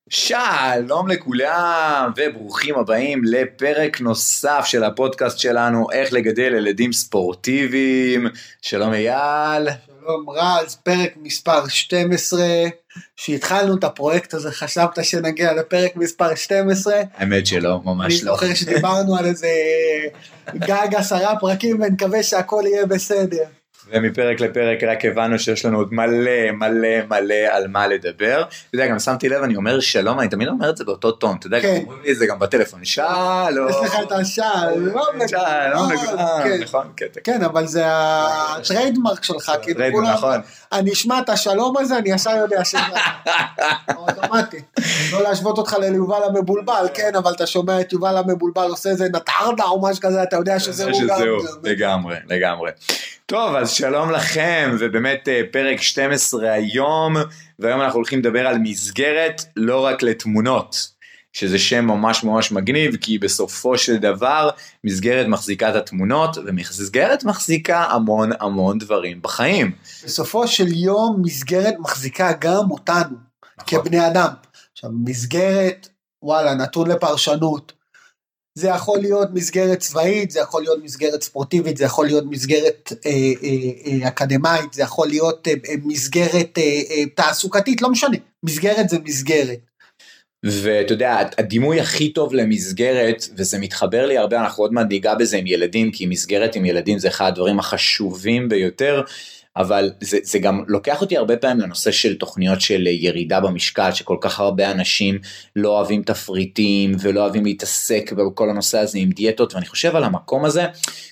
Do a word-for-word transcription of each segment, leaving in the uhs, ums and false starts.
שלום לכולם וברוכים הבאים לפרק נוסף של הפודקאסט שלנו איך לגדל ילדים ספורטיביים. שלום אייל. שלום רז, פרק מספר שתים עשרה, שהתחלנו את הפרויקט הזה חשבת שנגיע לפרק מספר שתים עשרה? האמת שלא, ממש אני לא. זוכר שדיברנו על איזה גג עשרה פרקים ונקווה שהכל יהיה בסדר. ומפרק לפרק רק הבנו שיש לנו עוד מלא מלא מלא על מה לדבר. אתה יודע, גם שמתי לב, אני אומר שלום, אני תמיד אומר את זה באותו טון, אתה יודע, גם אומרים לי את זה גם בטלפון, שלום. יש לך את השלום. שלום, נכון, כן, אבל זה הטריידמרק שלך, נכון. אני אשמע את השלום הזה, אני ישר יודע שזה אוטומטי. לא להשוות אותך ליובל המבולבל, כן, אבל אתה שומע את יובל המבולבל עושה איזה נטרדה או משהו כזה, אתה יודע שזה הוא גם. לגמרי, לגמרי. טוב, אז שלום לכם, ובאמת פרק שתים עשרה היום, והיום אנחנו הולכים לדבר על מסגרת לא רק לתמונות, שזה שם ממש ממש מגניב, כי בסופו של דבר מסגרת מחזיקה את התמונות, ומסגרת מחזיקה המון המון דברים בחיים. בסופו של יום מסגרת מחזיקה גם אותנו, נכון. כבני אדם. עכשיו מסגרת, וואלה, נתון לפרשנות, זה יכול להיות מסגרת צבאית, זה יכול להיות מסגרת ספורטיבית, זה יכול להיות מסגרת אה, אה, אה, אקדמית, זה יכול להיות אה, מסגרת אה, אה, תעסוקתית, לא משנה, מסגרת זה מסגרת. ואתה יודע, הדימוי הכי טוב למסגרת, וזה מתחבר לי הרבה, אנחנו עוד מעט ניגע בזה עם ילדים, כי מסגרת עם ילדים זה אחד הדברים החשובים ביותר, אבל זה, זה גם לוקח אותי הרבה פעמים לנושא של תוכניות של ירידה במשקל, שכל כך הרבה אנשים לא אוהבים תפריטים, ולא אוהבים להתעסק בכל הנושא הזה עם דיאטות, ואני חושב על המקום הזה,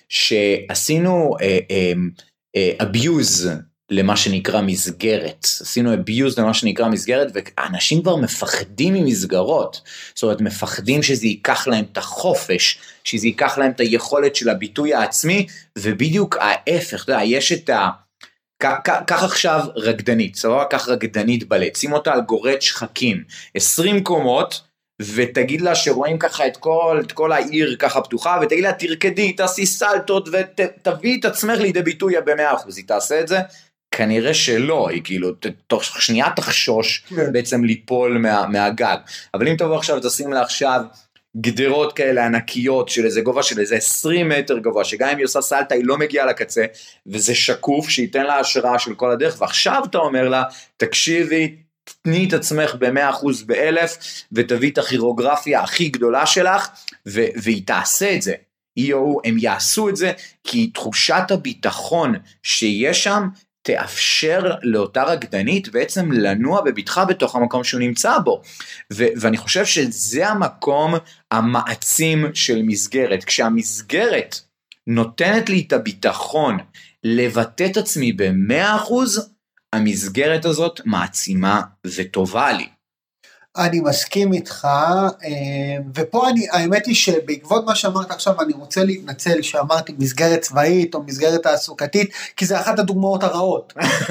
שעשינו אה, אה, אה, abuse למה שנקרא מסגרת, עשינו abuse למה שנקרא מסגרת, ואנשים כבר מפחדים ממסגרות, זאת אומרת מפחדים שזה ייקח להם את החופש, שזה ייקח להם את היכולת של הביטוי העצמי, ובדיוק ההפך, אתה יודע, יש את ה... קח עכשיו רקדנית, סבבה, קח רקדנית בלט, שים אותה על גורד שחקים, עשרים קומות, ותגיד לה שרואים ככה את כל, את כל העיר ככה פתוחה, ותגיד לה תרקדי, תעשי סלטות, ותביא את עצמך לידי ביטוי ב-מאה אחוז, היא תעשה את זה? כנראה שלא, היא כאילו, תוך שנייה תחשוש בעצם ליפול מה, מהגג, אבל אם תבוא עכשיו, תשים לה עכשיו, גדרות כאלה ענקיות של איזה גובה של איזה עשרים מטר גובה, שגם אם היא עושה סלטה היא לא מגיעה לקצה, וזה שקוף שייתן לה השראה של כל הדרך, ועכשיו אתה אומר לה, תקשיבי, תתני את עצמך ב-מאה אחוז באלף, ותביא את הכירוגרפיה הכי גדולה שלך, ו- והיא תעשה את זה, היא או הם יעשו את זה, כי תחושת הביטחון שיש שם, תאפשר לאותה רקדנית בעצם לנוע בביטחה בתוך המקום שהוא נמצא בו, ו- ואני חושב שזה המקום המעצים של מסגרת, כשהמסגרת נותנת לי את הביטחון לבטא את עצמי ב-מאה אחוז, המסגרת הזאת מעצימה וטובה לי. אני מסכים איתך, ופה אני, האמת היא שבעקבות מה שאמרת עכשיו, אני רוצה להתנצל שאמרתי מסגרת צבאית או מסגרת תעסוקתית, כי זה אחת הדוגמאות הרעות.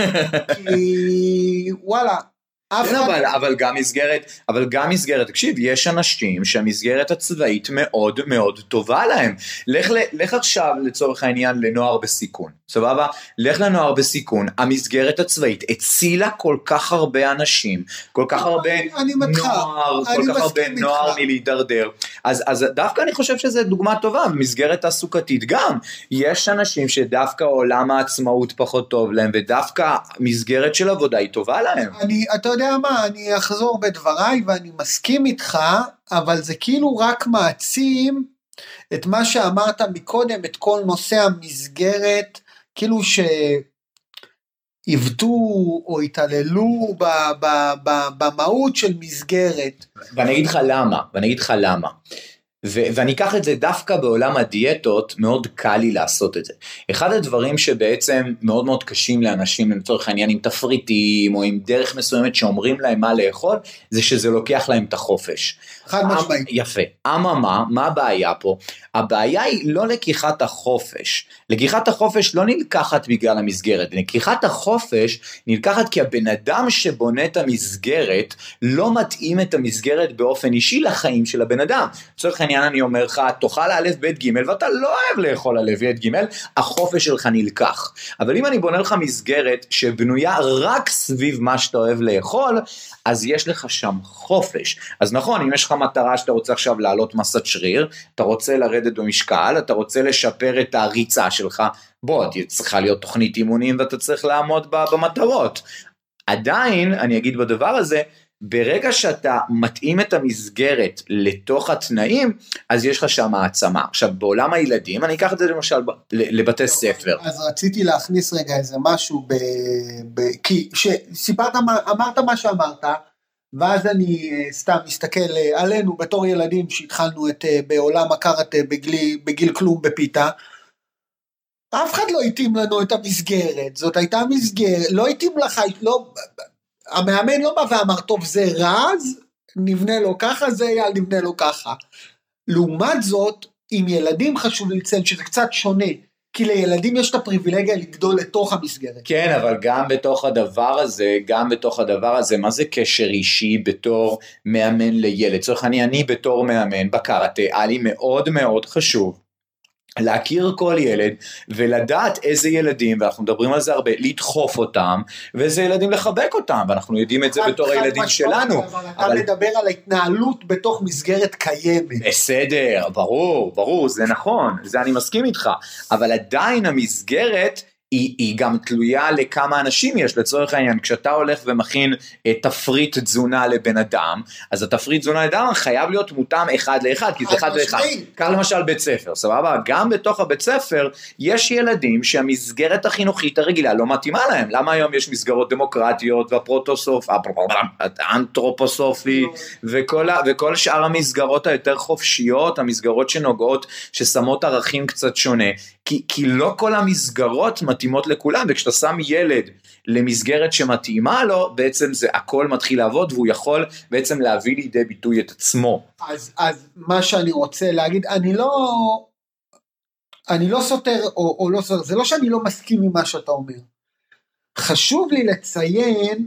כי וואלה, כן, אבל, אבל גם מסגרת, אבל גם מסגרת, תקשיב, יש אנשים שהמסגרת הצבאית מאוד מאוד טובה להם. לך, לך עכשיו לצורך העניין לנוער בסיכון, סבבה? לך לנוער בסיכון, המסגרת הצבאית הצילה כל כך הרבה אנשים, כל כך הרבה נוער, כל כך הרבה נוער מלהידרדר. אז, אז דווקא אני חושב שזה דוגמה טובה, מסגרת תעסוקתית גם. יש אנשים שדווקא עולם העצמאות פחות טוב להם, ודווקא מסגרת של עבודה היא טובה להם. אני, אתה יודע, מה, אני אחזור בדבריי ואני מסכים איתך, אבל זה כאילו רק מעצים את מה שאמרת מקודם, את כל נושא המסגרת, כאילו שעיוותו או התעללו ב, ב, ב, במהות של מסגרת. ואני אגיד לך למה, ואני אגיד לך למה. ו- ואני אקח את זה דווקא בעולם הדיאטות, מאוד קל לי לעשות את זה. אחד הדברים שבעצם מאוד מאוד קשים לאנשים, לצורך העניין עם תפריטים, או עם דרך מסוימת שאומרים להם מה לאכול, זה שזה לוקח להם את החופש. חד משמעית. יפה. אממה, מה הבעיה פה? הבעיה היא לא לקיחת החופש. לקיחת החופש לא נלקחת בגלל המסגרת, לקיחת החופש נלקחת כי הבן אדם שבונה את המסגרת, לא מתאים את המסגרת באופן אישי לחיים של הבן אדם. לצורך העניין, העניין אני אומר לך, תאכל א' ב' ג' ואתה לא אוהב לאכול א' ב' ג', החופש שלך נלקח. אבל אם אני בונה לך מסגרת שבנויה רק סביב מה שאתה אוהב לאכול, אז יש לך שם חופש. אז נכון, אם יש לך מטרה שאתה רוצה עכשיו לעלות מסת שריר, אתה רוצה לרדת במשקל, אתה רוצה לשפר את הריצה שלך, בוא, צריכה להיות תוכנית אימונים ואתה צריך לעמוד במטרות. עדיין, אני אגיד בדבר הזה, ברגע שאתה מתאים את המסגרת לתוך התנאים, אז יש לך שם העצמה. עכשיו, בעולם הילדים, אני אקח את זה למשל לבתי ספר. אז רציתי להכניס רגע איזה משהו, ב, ב, כי שסיפרת, אמרת מה שאמרת, ואז אני סתם מסתכל עלינו בתור ילדים שהתחלנו את, בעולם הקראטה בגיל, בגיל כלום בפיתה, אף אחד לא התאים לנו את המסגרת, זאת הייתה מסגרת, לא התאים לך, לא, המאמן לא בא ואמר, טוב זה רז, נבנה לו ככה, זה יעל נבנה לו ככה. לעומת זאת, עם ילדים חשוב לציין שזה קצת שונה, כי לילדים יש את הפריבילגיה לגדול לתוך המסגרת. כן, אבל גם בתוך הדבר הזה, גם בתוך הדבר הזה, מה זה קשר אישי בתור מאמן לילד? צריך אני, אני בתור מאמן בקראטה, היה לי מאוד מאוד חשוב, להכיר כל ילד, ולדעת איזה ילדים, ואנחנו מדברים על זה הרבה, לדחוף אותם, ואיזה ילדים לחבק אותם, ואנחנו יודעים את זה בתור הילדים שלנו. אבל אתה מדבר על ההתנהלות בתוך מסגרת קיימת. בסדר, ברור, ברור, זה נכון, זה אני מסכים איתך, אבל עדיין המסגרת, היא, היא גם תלויה לכמה אנשים יש, לצורך העניין, כשאתה הולך ומכין תפריט תזונה לבן אדם, אז התפריט תזונה לבן אדם חייב להיות מותאם אחד לאחד, כי זה אחד לאחד. כך למשל בית ספר, סבבה? גם בתוך הבית ספר, יש ילדים שהמסגרת החינוכית הרגילה לא מתאימה להם. למה היום יש מסגרות דמוקרטיות, והפרוטוסוף, האנתרופוסופי, וכל, וכל שאר המסגרות היותר חופשיות, המסגרות שנוגעות, ששמות ערכים קצת שונה, כי, כי לא כל המסגרות מתאימות לכולם, וכשאתה שם ילד למסגרת שמתאימה לו, בעצם זה הכל מתחיל לעבוד, והוא יכול בעצם להביא לידי ביטוי את עצמו. אז, אז מה שאני רוצה להגיד, אני לא, אני לא סותר, או, או לא סותר, זה לא שאני לא מסכים עם מה שאתה אומר. חשוב לי לציין,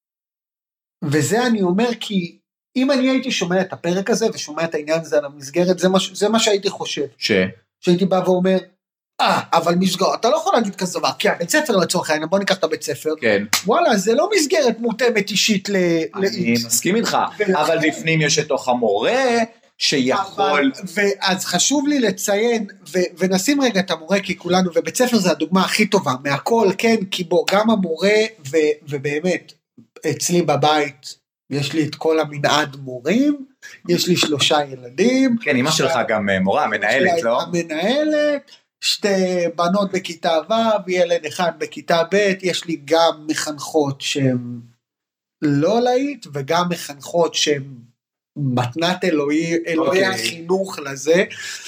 וזה אני אומר, כי אם אני הייתי שומע את הפרק הזה, ושומע את העניין הזה על המסגרת, זה מה, זה מה שהייתי חושב. ש? שהייתי בא ואומר, אה, אבל מסגרת, אתה לא יכול להגיד כזה דבר, כי הבית ספר לצורך העניין, בוא ניקח את הבית ספר, כן. וואלה, זה לא מסגרת מותאמת אישית ל... אני מסכים איתך, אבל בפנים יש לתוך המורה, שיכול... אז חשוב לי לציין, ונשים רגע את המורה, כי כולנו, ובית ספר זה הדוגמה הכי טובה, מהכל, כן, כי בו, גם המורה, ובאמת, אצלי בבית, יש לי את כל המנעד מורים, יש לי שלושה ילדים. כן, אמא שלך גם מורה, מנהלת, לא? המנהלת, שתי בנות בכיתה ו', ילד אחד בכיתה ב', יש לי גם מחנכות שהן לא להיט, וגם מחנכות שהן מתנת אלוהי, אלוהי החינוך לזה.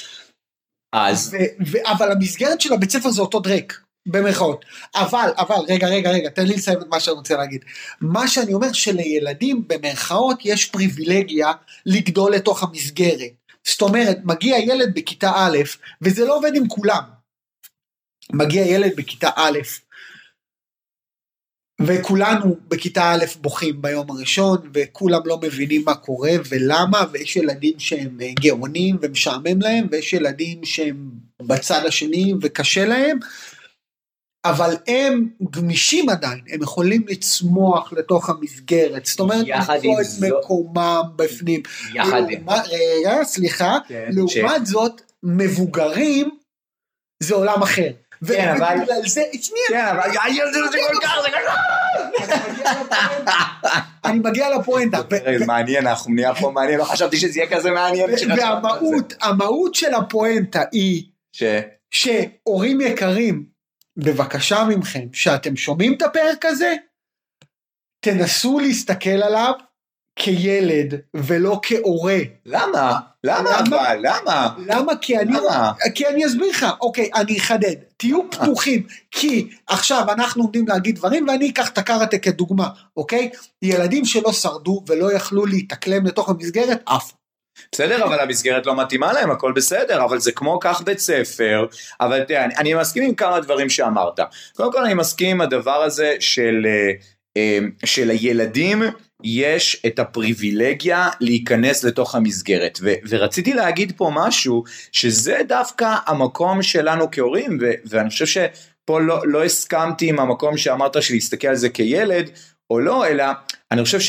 אז? אבל המסגרת של הבית ספר זה אותו דרק, במרכאות. אבל, אבל, רגע, רגע, רגע, תן לי לסיים את מה שאני רוצה להגיד. מה שאני אומר שלילדים במרכאות יש פריבילגיה לגדול לתוך המסגרת. זאת אומרת, מגיע ילד בכיתה א', וזה לא עובד עם כולם. מגיע ילד בכיתה א', וכולנו בכיתה א' בוכים ביום הראשון, וכולם לא מבינים מה קורה ולמה, ויש ילדים שהם גאונים ומשעמם להם, ויש ילדים שהם בצד השני וקשה להם, אבל הם גמישים עדיין, הם יכולים לצמוח לתוך המסגרת, זאת אומרת, למצוא את מקומם בפנים. יחד עם... רגע, סליחה, לעומת זאת, מבוגרים, זה עולם אחר. כן, אבל... זה, כן, אבל... אני מגיע לפואנטה. מעניין, אנחנו נהיה פה מעניין, לא חשבתי שזה יהיה כזה מעניין. והמהות של הפואנטה היא, שהורים יקרים, בבקשה ממכם, שאתם שומעים את הפרק הזה, תנסו להסתכל עליו כילד ולא כהורה. למה? למה אבל? למה? למה? כי אני, כי אני אסביר לך, אוקיי, אני אחדד, תהיו פתוחים, כי עכשיו אנחנו עומדים להגיד דברים, ואני אקח את הקראטה כדוגמה, אוקיי? ילדים שלא שרדו ולא יכלו להתאקלם לתוך המסגרת, אף. בסדר, אבל המסגרת לא מתאימה להם, הכל בסדר, אבל זה כמו כך בית ספר, אבל תראה, אני, אני מסכים עם כמה דברים שאמרת. קודם כל אני מסכים עם הדבר הזה של, של הילדים, יש את הפריבילגיה להיכנס לתוך המסגרת, ו- ורציתי להגיד פה משהו, שזה דווקא המקום שלנו כהורים, ו- ואני חושב שפה לא, לא הסכמתי עם המקום שאמרת שלהסתכל על זה כילד, או לא, אלא אני חושב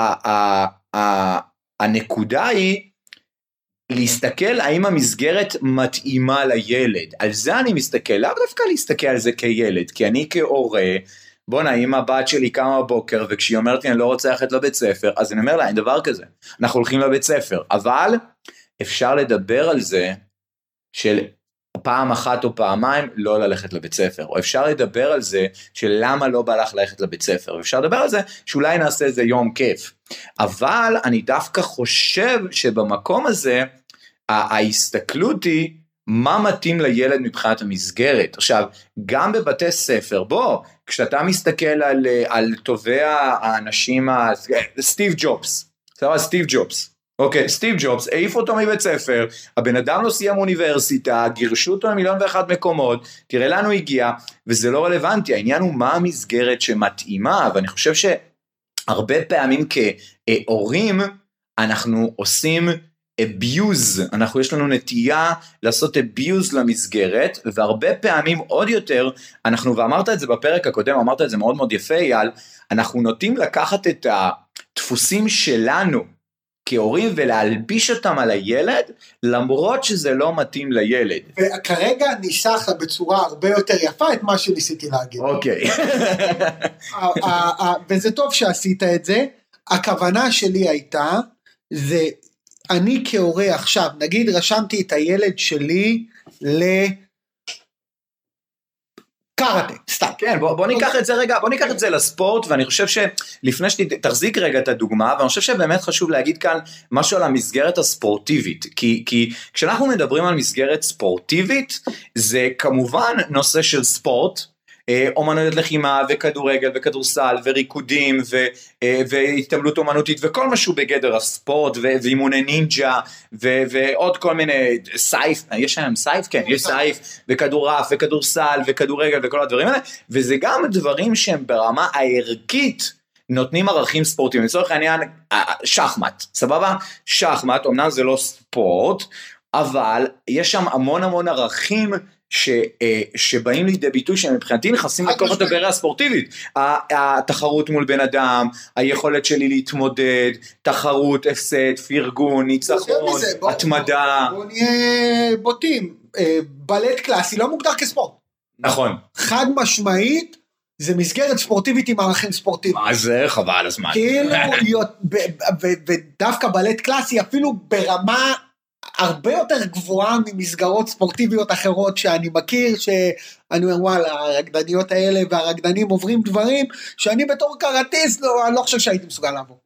שהנקודה שה- היא, להסתכל האם המסגרת מתאימה לילד, על זה אני מסתכל, לאו דווקא להסתכל על זה כילד, כי אני כהורה, בוא נעים הבת שלי קמה בבוקר, וכשהיא אומרת לי אני לא רוצה ללכת לבית ספר, אז אני אומר לה אין דבר כזה, אנחנו הולכים לבית ספר, אבל אפשר לדבר על זה, של פעם אחת או פעמיים לא ללכת לבית ספר, או אפשר לדבר על זה, של למה לא בא לך ללכת לבית ספר, ואפשר לדבר על זה, שאולי נעשה איזה יום כיף, אבל אני דווקא חושב שבמקום הזה, ההסתכלות היא, מה מתאים לילד מבחינת המסגרת, עכשיו, גם בבתי ספר, בוא, כשאתה מסתכל על, על טובי האנשים, סטיב ג'ובס, סטיב ג'ובס, אוקיי, סטיב ג'ובס, העיף אותו מבית ספר, הבן אדם לא סיים אוניברסיטה, גירשו אותו למיליון ואחת מקומות, תראה לנו הגיע, וזה לא רלוונטי, העניין הוא מה המסגרת שמתאימה, ואני חושב שהרבה פעמים כהורים, אנחנו עושים abuse, אנחנו יש לנו נטייה לעשות abuse למסגרת, והרבה פעמים עוד יותר, אנחנו, ואמרת את זה בפרק הקודם, אמרת את זה מאוד מאוד יפה אייל, אנחנו נוטים לקחת את הדפוסים שלנו, כהורים ולהלביש אותם על הילד, למרות שזה לא מתאים לילד. וכרגע ניסחת בצורה הרבה יותר יפה את מה שניסיתי להגיד. אוקיי. וזה טוב שעשית את זה, הכוונה שלי הייתה, זה אני כהורה עכשיו, נגיד רשמתי את הילד שלי ל... קראטה, סתם. כן, בוא, בוא ניקח את זה רגע, בוא ניקח את זה לספורט, ואני חושב שלפני שתחזיק רגע את הדוגמה, ואני חושב שבאמת חשוב להגיד כאן משהו על המסגרת הספורטיבית, כי, כי כשאנחנו מדברים על מסגרת ספורטיבית, זה כמובן נושא של ספורט, אומנויות לחימה וכדורגל וכדורסל וריקודים ו, והתעמלות אומנותית וכל משהו בגדר הספורט ו, ואימוני נינג'ה ו, ועוד כל מיני סייף, יש שם סייף? כן, יש סייף וכדורף וכדורסל וכדורגל וכל הדברים האלה, וזה גם דברים שהם ברמה הערכית נותנים ערכים ספורטיים, לצורך העניין שחמט, סבבה? שחמט, אמנם זה לא ספורט, אבל יש שם המון המון ערכים ש, שבאים לידי ביטוי שמבחינתי נכנסים לכל קטגוריה הספורטיבית, התחרות מול בן אדם, היכולת שלי להתמודד, תחרות, הפסד, פרגון, ניצחון, התמדה. בוא נהיה בוטים, בלט קלאסי לא מוגדר כספורט. נכון. חד משמעית, זה מסגרת ספורטיבית עם ערכים ספורטיביים. מה זה? חבל הזמן. כאילו, ודווקא בלט קלאסי אפילו ברמה הרבה יותר גבוהה ממסגרות ספורטיביות אחרות שאני מכיר, שאני אומר וואלה, הרקדניות האלה והרקדנים עוברים דברים, שאני בתור קראטיסט, לא, אני לא חושב שהייתי מסוגל לעבור.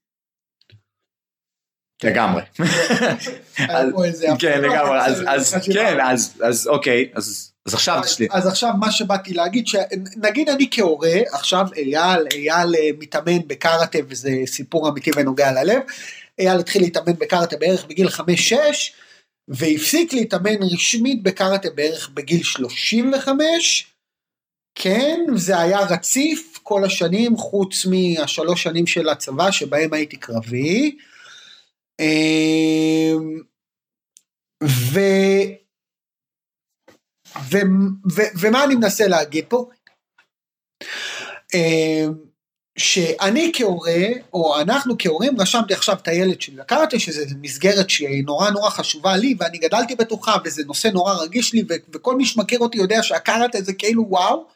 לגמרי. כן, לגמרי, אז כן, אז אוקיי, אז עכשיו תשלי. אז עכשיו מה שבאתי להגיד, נגיד אני כהורה, עכשיו אייל, אייל מתאמן בקראטה, וזה סיפור אמיתי ונוגע ללב, אייל התחיל להתאמן בקראטה בערך בגיל חמש שש, והפסיק להתאמן רשמית בקראטה בערך בגיל שלושים וחמש, כן, זה היה רציף כל השנים, חוץ מהשלוש שנים של הצבא, שבהם הייתי קרבי, ו... ו... ו... ומה אני מנסה להגיד פה? שאני כהורה, או אנחנו כהורים, רשמתי עכשיו את הילד שלי לקראטה, שזה מסגרת שהיא נורא נורא חשובה לי, ואני גדלתי בתוכה, וזה נושא נורא רגיש לי, ו- וכל מי שמכיר אותי יודע שהקראטה זה כאילו וואו,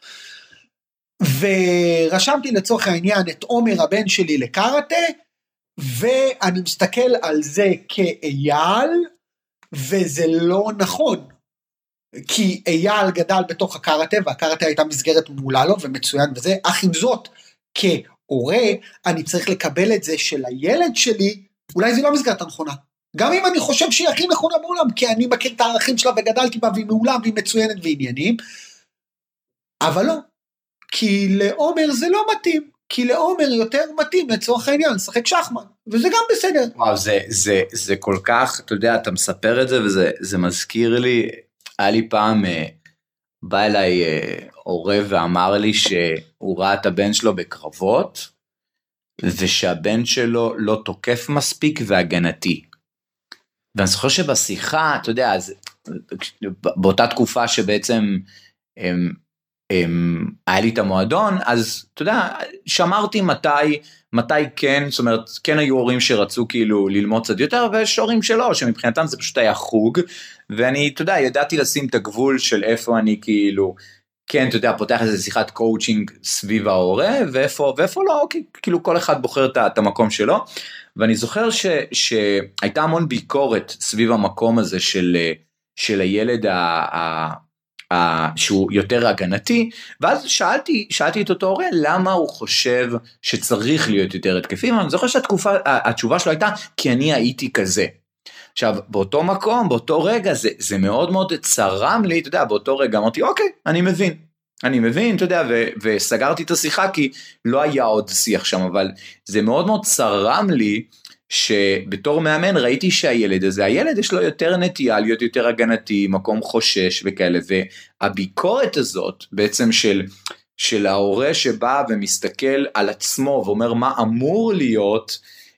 ורשמתי לצורך העניין את עומר הבן שלי לקראטה, ואני מסתכל על זה כאייל, וזה לא נכון, כי אייל גדל בתוך הקראטה, והקראטה הייתה מסגרת מעולה לו, ומצוין וזה, אך עם זאת, כהורה, אני צריך לקבל את זה של הילד שלי, אולי זה לא מסגרת הנכונה, גם אם אני חושב שהיא הכי נכונה בעולם, כי אני מכיר את הערכים שלה, וגדלתי בה, והיא מעולה, והיא מצוינת ועניינים, אבל לא, כי לעומר זה לא מתאים, כי לעומר יותר מתאים לצורך העניין, לשחק שחמט, וזה גם בסדר. וואו, זה, זה, זה כל כך, אתה יודע, אתה מספר את זה, וזה זה מזכיר לי, היה לי פעם, בא אליי הורה ואמר לי שהוא ראה את הבן שלו בקרבות, ושהבן שלו לא תוקף מספיק והגנתי. ואני זוכר שבשיחה, אתה יודע, אז, באותה תקופה שבעצם הם, הם, היה לי את המועדון, אז אתה יודע, שמרתי מתי, מתי כן, זאת אומרת, כן היו הורים שרצו כאילו ללמוד קצת יותר, ויש הורים שלא, שמבחינתם זה פשוט היה חוג, ואני, אתה יודע, ידעתי לשים את הגבול של איפה אני כאילו, כן, אתה יודע, פותח איזה שיחת קואוצ'ינג סביב ההורה, ואיפה, ואיפה לא, כאילו כל אחד בוחר את המקום שלו, ואני זוכר ש, שהייתה המון ביקורת סביב המקום הזה של, של הילד ה, ה, ה, שהוא יותר הגנתי, ואז שאלתי, שאלתי את אותו הורה, למה הוא חושב שצריך להיות יותר התקפי, ואני זוכר שהתקופה, התשובה שלו הייתה, כי אני הייתי כזה. עכשיו, באותו מקום, באותו רגע, זה, זה מאוד מאוד צרם לי, אתה יודע, באותו רגע אמרתי, אוקיי, אני מבין, אני מבין, אתה יודע, ו, וסגרתי את השיחה, כי לא היה עוד שיח שם, אבל זה מאוד מאוד צרם לי, שבתור מאמן ראיתי שהילד הזה, הילד יש לו יותר נטייה, להיות יותר הגנתי, מקום חושש וכאלה, והביקורת הזאת, בעצם של, של ההורה שבא ומסתכל על עצמו, ואומר מה אמור להיות,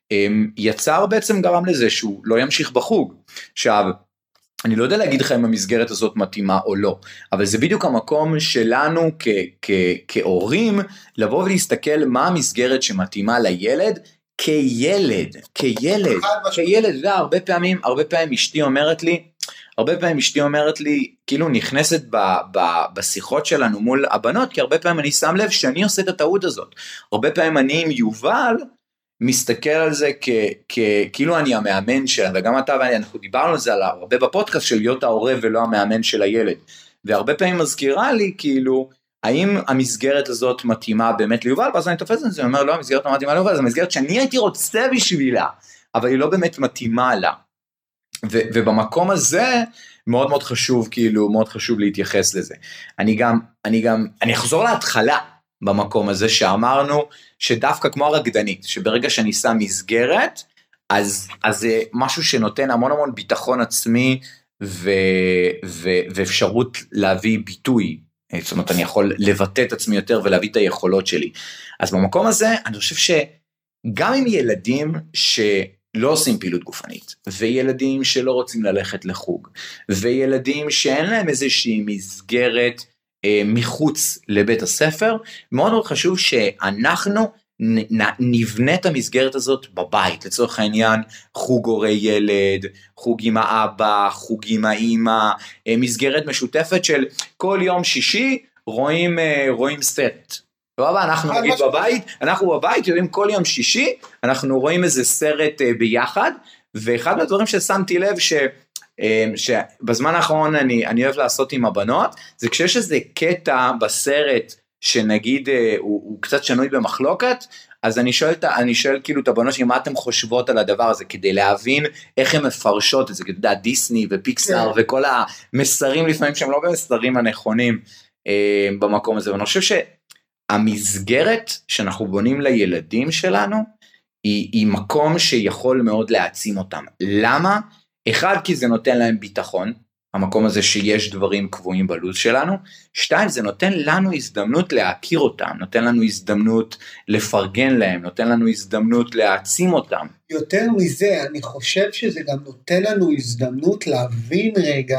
יצר בעצם גרם לזה שהוא לא ימשיך בחוג. עכשיו, אני לא יודע להגיד לך אם המסגרת הזאת מתאימה או לא, אבל זה בדיוק המקום שלנו כ- כ- כהורים, לבוא ולהסתכל מה המסגרת שמתאימה לילד, כילד, כילד, כילד, זה הרבה פעמים, הרבה פעמים אשתי אומרת לי, הרבה פעמים אשתי אומרת לי, כאילו נכנסת ב, ב, בשיחות שלנו מול הבנות, כי הרבה פעמים אני שם לב שאני עושה את הטעות הזאת, הרבה פעמים אני עם יובל, מסתכל על זה כ, כ, כאילו אני המאמן שלה, וגם אתה ואני, אנחנו דיברנו על זה הרבה בפודקאסט של להיות ההורה ולא המאמן של הילד, והרבה פעמים מזכירה לי כאילו, האם המסגרת הזאת מתאימה באמת ליובל, ואז אני תופס את זה, אני אומר לא, המסגרת לא מתאימה ליובל, זו המסגרת שאני הייתי רוצה בשבילה, אבל היא לא באמת מתאימה לה, ו, ובמקום הזה, מאוד מאוד חשוב, כאילו, מאוד חשוב להתייחס לזה. אני גם, אני גם, אני אחזור להתחלה, במקום הזה שאמרנו, שדווקא כמו הרקדנית, שברגע שאני שם מסגרת, אז, אז זה משהו שנותן המון המון ביטחון עצמי, ו, ו, ואפשרות להביא ביטוי, זאת אומרת, אני יכול לבטא את עצמי יותר, ולהביא את היכולות שלי. אז במקום הזה, אני חושב שגם עם ילדים, שלא עושים פעילות גופנית, וילדים שלא רוצים ללכת לחוג, וילדים שאין להם איזושהי מסגרת, מחוץ לבית הספר, מאוד מאוד חשוב שאנחנו נבנה את המסגרת הזאת בבית, לצורך העניין חוג הורי ילד, חוג עם האבא, חוג עם האמא, מסגרת משותפת של כל יום שישי רואים, רואים סרט. אנחנו נגיד בבית, אנחנו בבית יודעים כל יום שישי, אנחנו רואים איזה סרט ביחד, ואחד מהדברים ששמתי לב ש... שבזמן האחרון אני, אני אוהב לעשות עם הבנות, זה כשיש איזה קטע בסרט שנגיד הוא, הוא קצת שנוי במחלוקת, אז אני שואל, אני שואל כאילו את הבנות שלי, מה אתם חושבות על הדבר הזה, כדי להבין איך הן מפרשות את זה, כדי לדעת דיסני ופיקסאר yeah. וכל המסרים לפעמים שהם לא במסרים הנכונים אה, במקום הזה, ואני חושב שהמסגרת שאנחנו בונים לילדים שלנו, היא, היא מקום שיכול מאוד להעצים אותם. למה? אחד, כי זה נותן להם ביטחון, המקום הזה שיש דברים קבועים בלוז שלנו, שתיים, זה נותן לנו הזדמנות להכיר אותם, נותן לנו הזדמנות לפרגן להם, נותן לנו הזדמנות להעצים אותם. יותר מזה, אני חושב שזה גם נותן לנו הזדמנות להבין רגע,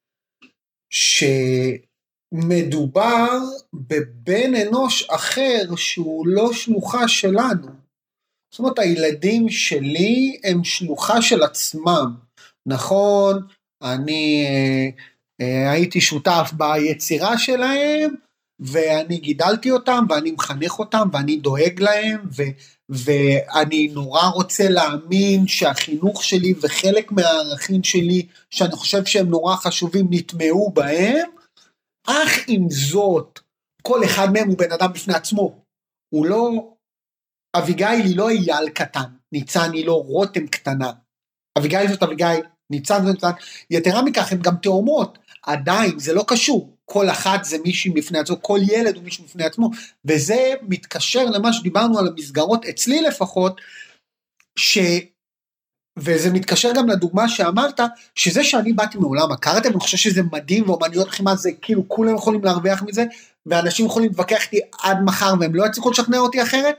שמדובר בבן אנוש אחר, שהוא לא שלוחה שלנו. זאת אומרת, הילדים שלי הם שלוחה של עצמם, נכון, אני אה, הייתי שותף ביצירה שלהם, ואני גידלתי אותם, ואני מחנך אותם, ואני דואג להם, ו, ואני נורא רוצה להאמין שהחינוך שלי, וחלק מהערכים שלי, שאני חושב שהם נורא חשובים, נטמעו בהם, אך עם זאת, כל אחד מהם הוא בן אדם בפני עצמו, הוא לא, אביגיל היא לא אייל קטן, ניצן היא לא רותם קטנה, אביגיל זאת אביגיל, ניצן זאת ניצן, יתרה מכך הן גם תאומות, עדיין זה לא קשור, כל אחת זה מישהי בפני עצמו, כל ילד הוא מישהו בפני עצמו, וזה מתקשר למה שדיברנו על המסגרות, אצלי לפחות, ש... וזה מתקשר גם לדוגמה שאמרת, שזה שאני באתי מעולם הקראטה, ואני חושב שזה מדהים, ואומניות לחימה זה כאילו כולם יכולים להרוויח מזה, ואנשים יכולים להתווכח איתי עד מחר, והם לא יצליחו לשכנע אותי אחרת,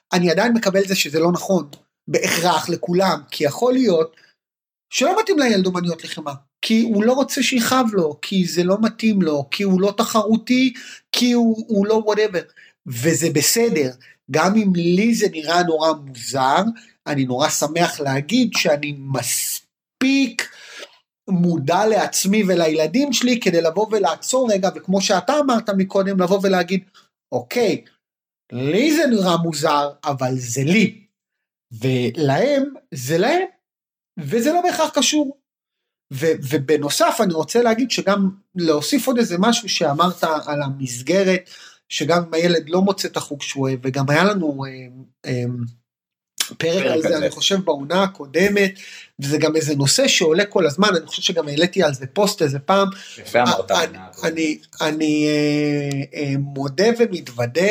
אני עדיין מקבל את זה שזה לא נכון, בהכרח לכולם, כי יכול להיות, שלא מתאים לילד אומניות לחימה, כי הוא לא רוצה שיחב לו, כי זה לא מתאים לו, כי הוא לא תחרותי, כי הוא, הוא לא whatever, וזה בסדר, גם אם לי זה נראה נורא מוזר, אני נורא שמח להגיד שאני מספיק מודע לעצמי ולילדים שלי, כדי לבוא ולעצור רגע, וכמו שאתה אמרת מקודם, לבוא ולהגיד, אוקיי, לי זה נראה מוזר, אבל זה לי, ולהם זה להם, וזה לא בהכרח קשור, ו, ובנוסף אני רוצה להגיד שגם להוסיף עוד איזה משהו שאמרת על המסגרת, שגם אם הילד לא מוצא את החוג שהוא אוהב, וגם היה לנו אה, אה, פרק על זה, אני חושב בעונה הקודמת, וזה גם איזה נושא שעולה כל הזמן, אני חושב שגם העליתי על זה פוסט איזה פעם, יפה אמרת, אני, אני, אני אה, אה, מודה ומתוודה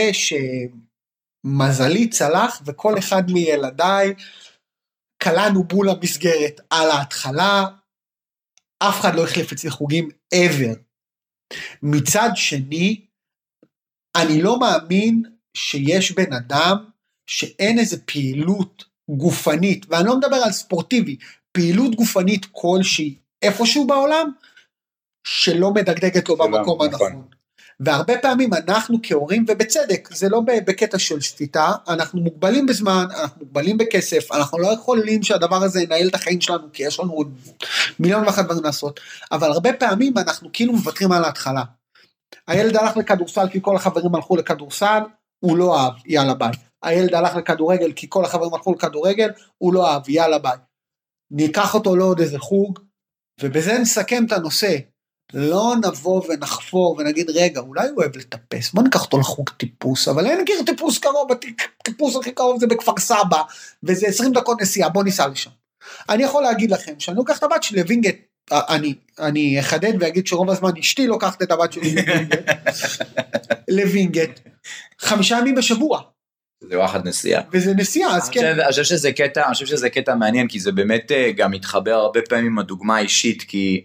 שמזלי צלח, וכל אחד מילדיי, קלענו בול המסגרת על ההתחלה, אף אחד לא החליף אצלי חוגים ever. מצד שני, אני לא מאמין שיש בן אדם שאין איזה פעילות גופנית, ואני לא מדבר על ספורטיבי, פעילות גופנית כלשהי, איפשהו בעולם, שלא מדגדגת לו במקום הנכון. והרבה פעמים אנחנו כהורים, ובצדק, זה לא בקטע של שפיטה, אנחנו מוגבלים בזמן, אנחנו מוגבלים בכסף, אנחנו לא יכולים שהדבר הזה ינהל את החיים שלנו, כי יש לנו עוד מיליון ואחת דברים לעשות, אבל הרבה פעמים אנחנו כאילו מוותרים על ההתחלה. הילד הלך לכדורסל כי כל החברים הלכו לכדורסל, הוא לא אהב, יאללה ביי. הילד הלך לכדורגל כי כל החברים הלכו לכדורגל, הוא לא אהב, יאללה ביי. ניקח אותו לעוד איזה חוג, ובזה נסכם את הנושא. לא נבוא ונחפור ונגיד רגע, אולי הוא אוהב לטפס, בוא ניקח אותו לחוג טיפוס, אבל אין גיר טיפוס קרוב, הטיפוס הכי קרוב זה בכפר סבא, וזה עשרים דקות נסיעה, בוא ניסע לשם. אני יכול להגיד לכם, שאני לוקח את הבת שלי לווינגט, אני, אני אחדד ואגיד שרוב הזמן אשתי לוקחת את הבת שלי לווינגט, לווינגט, חמישה ימים בשבוע. זה וואחד נסיעה. וזה נסיעה, אז כן. אני חושב שזה קטע, אני חושב שזה קטע מעניין, כי זה באמת גם מתחבר הרבה פעמים עם הדוגמה האישית, כי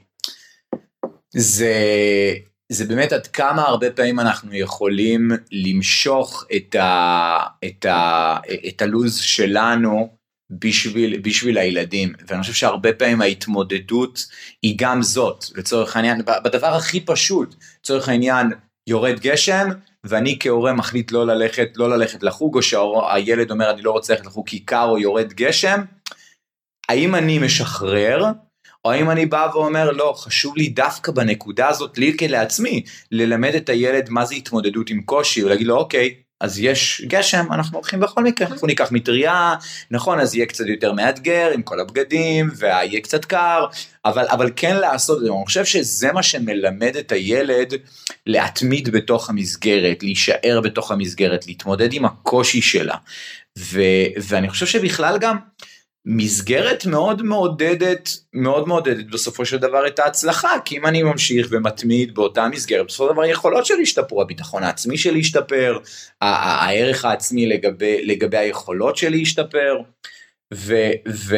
זה, זה באמת עד כמה הרבה פעמים אנחנו יכולים למשוך את ה, את ה, את הלוז שלנו בשביל, בשביל הילדים, ואני חושב שהרבה פעמים ההתמודדות היא גם זאת, לצורך העניין, בדבר הכי פשוט, לצורך העניין יורד גשם, ואני כהורה מחליט לא ללכת, לא ללכת לחוג, או שהילד אומר אני לא רוצה ללכת לחוג כי קר או יורד גשם, האם אני משחרר, או האם אני בא ואומר, לא, חשוב לי דווקא בנקודה הזאת, לי כלעצמי, ללמד את הילד מה זה התמודדות עם קושי, ולהגיד לו, אוקיי, אז יש גשם, אנחנו הולכים בכל מקרה, אנחנו ניקח מטריה, נכון, אז יהיה קצת יותר מאתגר, עם כל הבגדים, ויהיה קצת קר, אבל, אבל כן לעשות את זה, אני חושב שזה מה שמלמד את הילד, להתמיד בתוך המסגרת, להישאר בתוך המסגרת, להתמודד עם הקושי שלה, ו, ואני חושב שבכלל גם, מסגרת מאוד מעודדת, מאוד מעודדת בסופו של דבר את ההצלחה, כי אם אני ממשיך ומתמיד באותה מסגרת, בסופו של דבר היכולות שלי השתפרו, הביטחון העצמי שלי השתפר, הערך העצמי לגבי, לגבי היכולות שלי השתפר, ו, ו,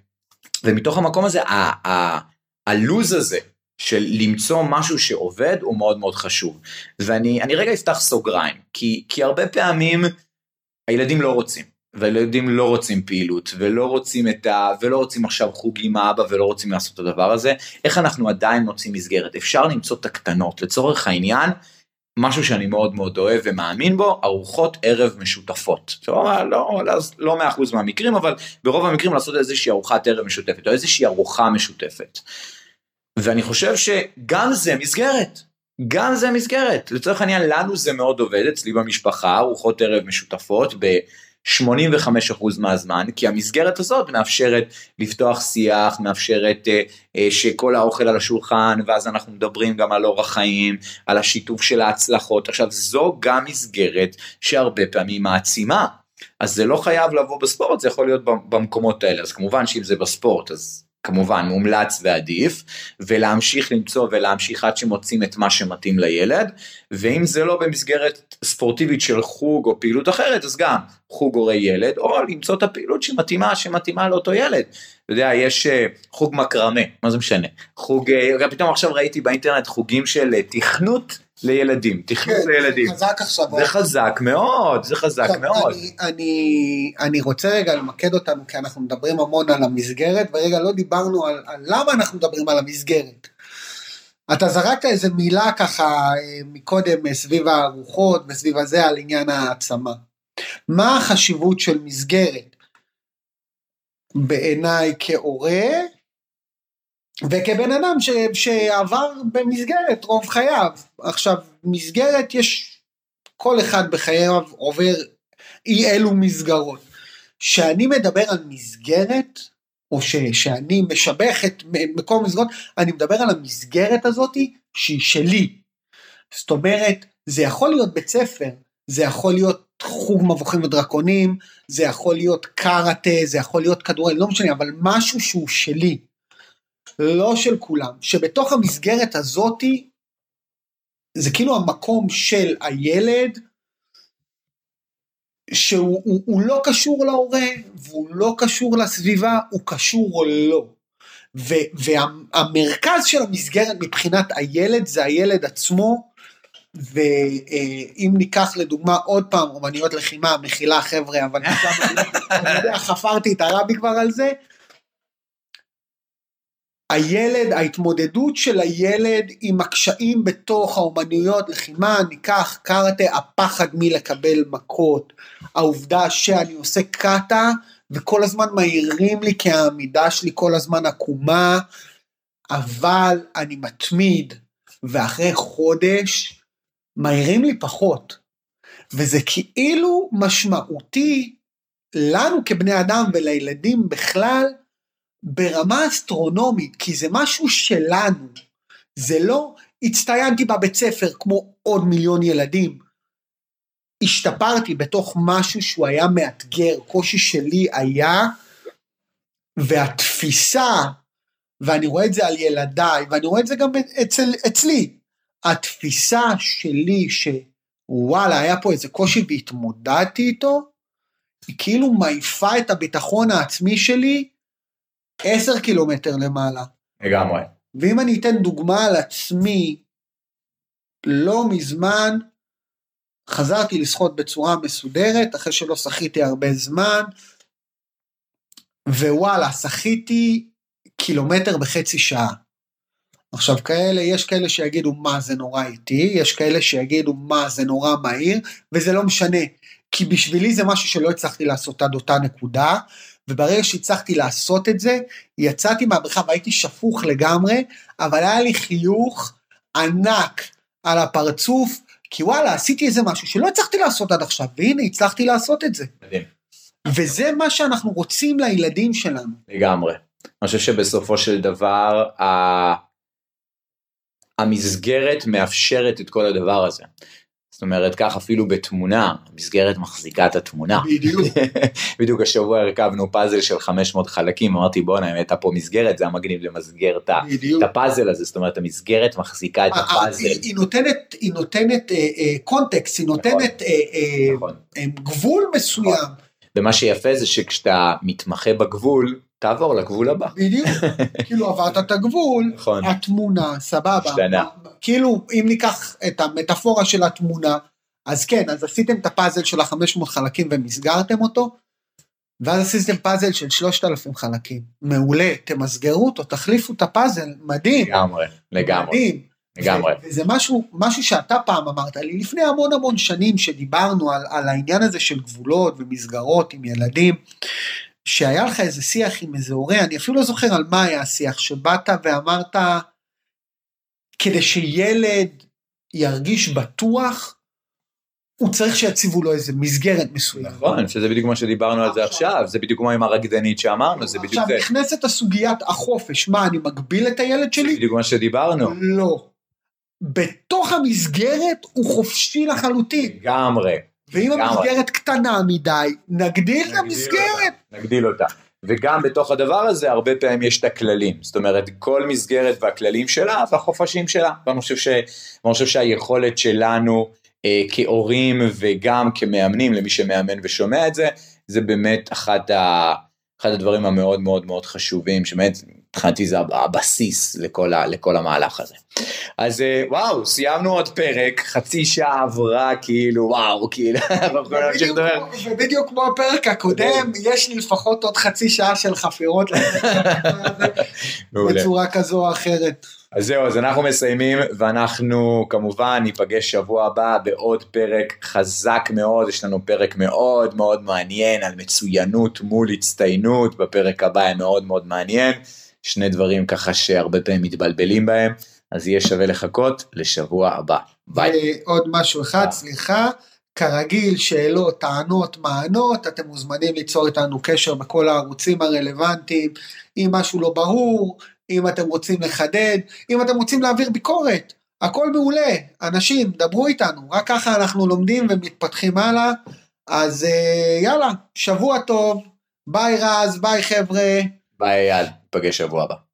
ומתוך המקום הזה, ה, ה, הלוז הזה, של למצוא משהו שעובד, הוא מאוד מאוד חשוב, ואני אני רגע אפתח סוגריים, כי, כי הרבה פעמים, הילדים לא רוצים, והילדים לא רוצים פעילות, ולא רוצים את ה... ולא רוצים עכשיו חוג עם האבא, ולא רוצים לעשות את הדבר הזה, איך אנחנו עדיין מוצאים מסגרת? אפשר למצוא את הקטנות, לצורך העניין, משהו שאני מאוד מאוד אוהב ומאמין בו, ארוחות ערב משותפות. לא, לא, לא מאה אחוז מהמקרים, אבל ברוב המקרים לעשות איזושהי ארוחת ערב משותפת, או איזושהי ארוחה משותפת. ואני חושב שגם זה מסגרת. גם זה מסגרת. לצורך העניין, לנו זה מאוד עובד, אצלי במשפחה, ארוחות ערב משותפות, ב... שמונים וחמישה אחוז מהזמן, כי המסגרת הזאת מאפשרת לפתוח שיח, מאפשרת אה, אה, שכל האוכל על השולחן, ואז אנחנו מדברים גם על אורח חיים, על השיתוף של ההצלחות. עכשיו, זו גם מסגרת שהרבה פעמים מעצימה, אז זה לא חייב לבוא בספורט, זה יכול להיות במקומות האלה, אז כמובן שאם זה בספורט, אז כמובן מומלץ ועדיף, ולהמשיך למצוא ולהמשיך עד שמוצאים את מה שמתאים לילד, ואם זה לא במסגרת ספורטיבית של חוג או פעילות אחרת, אז גם חוג הורי ילד, או למצוא את הפעילות שמתאימה, שמתאימה לאותו ילד. אתה יודע, יש חוג מקרמה, מה זה משנה? חוג, גם פתאום עכשיו ראיתי באינטרנט חוגים של תכנות לילדים, תכנות כן, לילדים. זה חזק עכשיו. זה חזק מאוד, זה חזק עכשיו, מאוד. אני, אני, אני רוצה רגע למקד אותנו, כי אנחנו מדברים המון על המסגרת, ורגע לא דיברנו על, על למה אנחנו מדברים על המסגרת. אתה זרקת איזה מילה ככה מקודם סביב הרוחות וסביב הזה על עניין העצמה. מה החשיבות של מסגרת בעיניי כהורה וכבן אדם ש, שעבר במסגרת רוב חייו? עכשיו מסגרת יש, כל אחד בחייו עובר אי אלו מסגרות. שאני מדבר על מסגרת או ש, שאני משבח את מקום מסגרות, אני מדבר על המסגרת הזאת שהיא שלי. זאת אומרת, זה יכול להיות בית ספר, זה יכול להיות חוג מבוכים ודרקונים, זה יכול להיות קראטה, זה יכול להיות כדורגל, לא משנה, אבל משהו שהוא שלי, לא של כולם, שבתוך המסגרת הזאת, זה כאילו המקום של הילד, שהוא הוא, הוא לא קשור להורה, והוא לא קשור לסביבה, הוא קשור או לא. ו, והמרכז של המסגרת מבחינת הילד, זה הילד עצמו, ואם ניקח לדוגמה עוד פעם, אומניות לחימה, מחילה חבר'ה, אבל אני יודע, חפרתי את הרבי כבר על זה, הילד, ההתמודדות של הילד עם הקשיים בתוך האומנויות לחימה, ניקח קראטה, הפחד מלקבל מכות, העובדה שאני עושה קאטה, וכל הזמן מהירים לי, כי העמידה שלי כל הזמן עקומה, אבל אני מתמיד, ואחרי חודש, מהירים לי פחות, וזה כאילו משמעותי, לנו כבני אדם ולילדים בכלל, ברמה אסטרונומית, כי זה משהו שלנו, זה לא, הצטיינתי בבית ספר כמו עוד מיליון ילדים, השתפרתי בתוך משהו שהוא היה מאתגר, קושי שלי היה, והתפיסה, ואני רואה את זה על ילדיי, ואני רואה את זה גם אצל, אצלי, התפיסה שלי שוואלה, היה פה איזה קושי והתמודדתי איתו, היא כאילו מעיפה את הביטחון העצמי שלי, עשר קילומטר למעלה. לגמרי. ואם אני אתן דוגמה על עצמי, לא מזמן, חזרתי לשחות בצורה מסודרת, אחרי שלא שחיתי הרבה זמן, ווואלה, שחיתי קילומטר בחצי שעה. עכשיו כאלה, יש כאלה שיגידו מה זה נורא איטי, יש כאלה שיגידו מה זה נורא מהיר, וזה לא משנה, כי בשבילי זה משהו שלא הצלחתי לעשות עד אותה נקודה, וברגע שהצלחתי לעשות את זה, יצאתי מהבריכה והייתי שפוך לגמרי, אבל היה לי חיוך ענק על הפרצוף, כי וואלה, עשיתי איזה משהו שלא הצלחתי לעשות עד עכשיו, והנה הצלחתי לעשות את זה. מדהים. וזה מה שאנחנו רוצים לילדים שלנו. לגמרי. אני חושב שבסופו של דבר, המסגרת מאפשרת את כל הדבר הזה. זאת אומרת, כך אפילו בתמונה, המסגרת מחזיקה את התמונה. בדיוק. בדיוק השבוע הרכבנו פאזל של חמש מאות חלקים, אמרתי בוא נאם, הייתה פה מסגרת, זה היה מגניב למסגר את הפאזל הזה, זאת אומרת, המסגרת מחזיקה את הפאזל. היא נותנת, היא נותנת קונטקסט, היא נותנת גבול מסוים. ומה שיפה זה שכשאתה מתמחה בגבול, תעבור לגבול הבא. בדיוק, כאילו עברת את הגבול, התמונה, סבבה. משתנה. כאילו, אם ניקח את המטאפורה של התמונה, אז כן, אז עשיתם את הפאזל של ה-חמש מאות חלקים ומסגרתם אותו, ואז עשיתם פאזל של שלושת אלפים חלקים. מעולה, תמסגרו אותו, תחליפו את הפאזל, מדהים. לגמרי, לגמרי. מדהים. לגמרי. וזה משהו, משהו שאתה פעם אמרת לי, לפני המון המון שנים שדיברנו על, על העניין הזה של גבולות ומסגרות עם ילדים, שהיה לך איזה שיח עם איזה הורה, אני אפילו לא זוכר על מה היה השיח, שבאת ואמרת, כדי שילד ירגיש בטוח, הוא צריך שיציבו לו איזה מסגרת מסוים. נכון, שזה בדיוק מה שדיברנו על זה עכשיו, זה בדיוק כמו עם הרקדנית שאמרנו, זה בדיוק זה. עכשיו נכנסת הסוגיית החופש, מה, אני מגביל את הילד שלי? זה בדיוק מה שדיברנו. לא. בתוך המסגרת הוא חופשי לחלוטין. לגמרי. ואם המסגרת קטנה מדי, נגדיל את המסגרת. נגדיל אותה. וגם בתוך הדבר הזה, הרבה פעמים יש את הכללים. זאת אומרת, כל מסגרת והכללים שלה, והחופשים שלה. ואני חושב, ש... ואני חושב שהיכולת שלנו, אה, כהורים וגם כמאמנים, למי שמאמן ושומע את זה, זה באמת אחד, ה... אחד הדברים המאוד מאוד מאוד חשובים, שבאמת, מבחינתי זה הבסיס לכל, ה, לכל המהלך הזה. אז וואו, סיימנו עוד פרק, חצי שעה עברה, כאילו, וואו, כאילו, ובדיוק כמו הפרק הקודם, יש לי לפחות עוד חצי שעה של חפירות, בצורה כזו או אחרת. אז זהו, אז אנחנו מסיימים, ואנחנו כמובן ניפגש שבוע הבא בעוד פרק חזק מאוד, יש לנו פרק מאוד מאוד מעניין, על מצוינות מול הצטיינות, בפרק הבא היה מאוד מאוד מעניין, שני דברים ככה שהרבה פעמים מתבלבלים בהם, אז יהיה שווה לחכות לשבוע הבא. ביי. עוד משהו אחד, סליחה, כרגיל, שאלות, טענות, מענות, אתם מוזמנים ליצור איתנו קשר בכל הערוצים הרלוונטיים, אם משהו לא ברור, אם אתם רוצים לחדד, אם אתם רוצים להעביר ביקורת, הכל מעולה, אנשים, דברו איתנו, רק ככה אנחנו לומדים ומתפתחים הלאה, אז יאללה, שבוע טוב, ביי רז, ביי חבר'ה. ביי אייל, פגש שבוע הבא.